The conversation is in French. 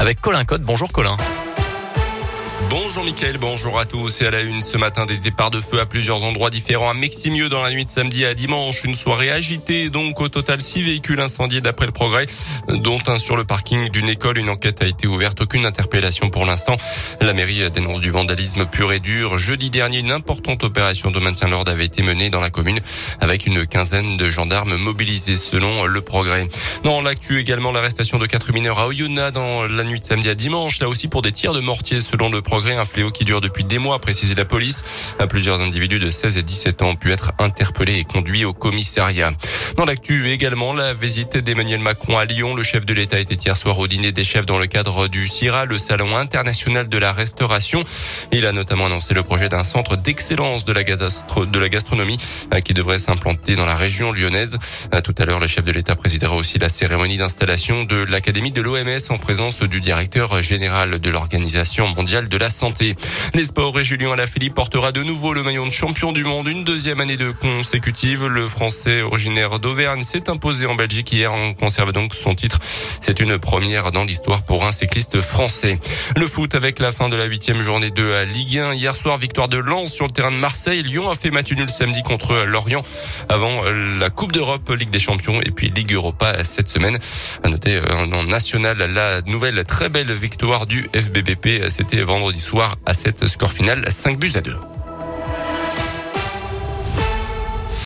avec Colin Cotte. Bonjour Colin. Bonjour Mickaël, bonjour à tous. Et à la une ce matin, des départs de feu à plusieurs endroits différents à Meximieux dans la nuit de samedi à dimanche. Une soirée agitée, donc au total 6 véhicules incendiés d'après le Progrès, dont un sur le parking d'une école. Une enquête a été ouverte, aucune interpellation pour l'instant. La mairie dénonce du vandalisme pur et dur. Jeudi dernier, une importante opération de maintien de l'ordre avait été menée dans la commune avec une quinzaine de gendarmes mobilisés selon le Progrès. Dans l'actu également, l'arrestation de 4 mineurs à Oyonnax dans la nuit de samedi à dimanche, là aussi pour des tirs de mortier selon le Progrès. Un fléau qui dure depuis des mois, a précisé la police. Plusieurs individus de 16 et 17 ans ont pu être interpellés et conduits au commissariat. Dans l'actu également, la visite d'Emmanuel Macron à Lyon. Le chef de l'État était hier soir au dîner des chefs dans le cadre du CIRA, le Salon international de la restauration. Il a notamment annoncé le projet d'un centre d'excellence de la gastronomie qui devrait s'implanter dans la région lyonnaise. Tout à l'heure, le chef de l'État présidera aussi la cérémonie d'installation de l'Académie de l'OMS en présence du directeur général de l'Organisation mondiale de la santé. Les sports, et Julien Alaphilippe portera de nouveau le maillot de champion du monde une deuxième année de consécutive. Le Français originaire d'Auvergne s'est imposé en Belgique hier, en conserve donc son titre. C'est une première dans l'histoire pour un cycliste français. Le foot avec la fin de la 8e journée de la Ligue 1. Hier soir, victoire de Lens sur le terrain de Marseille. Lyon a fait match nul samedi contre Lorient avant la Coupe d'Europe, Ligue des Champions et puis Ligue Europa cette semaine. À noter en national la nouvelle très belle victoire du FBBP. C'était vendredi soir à 7, score final 5-2.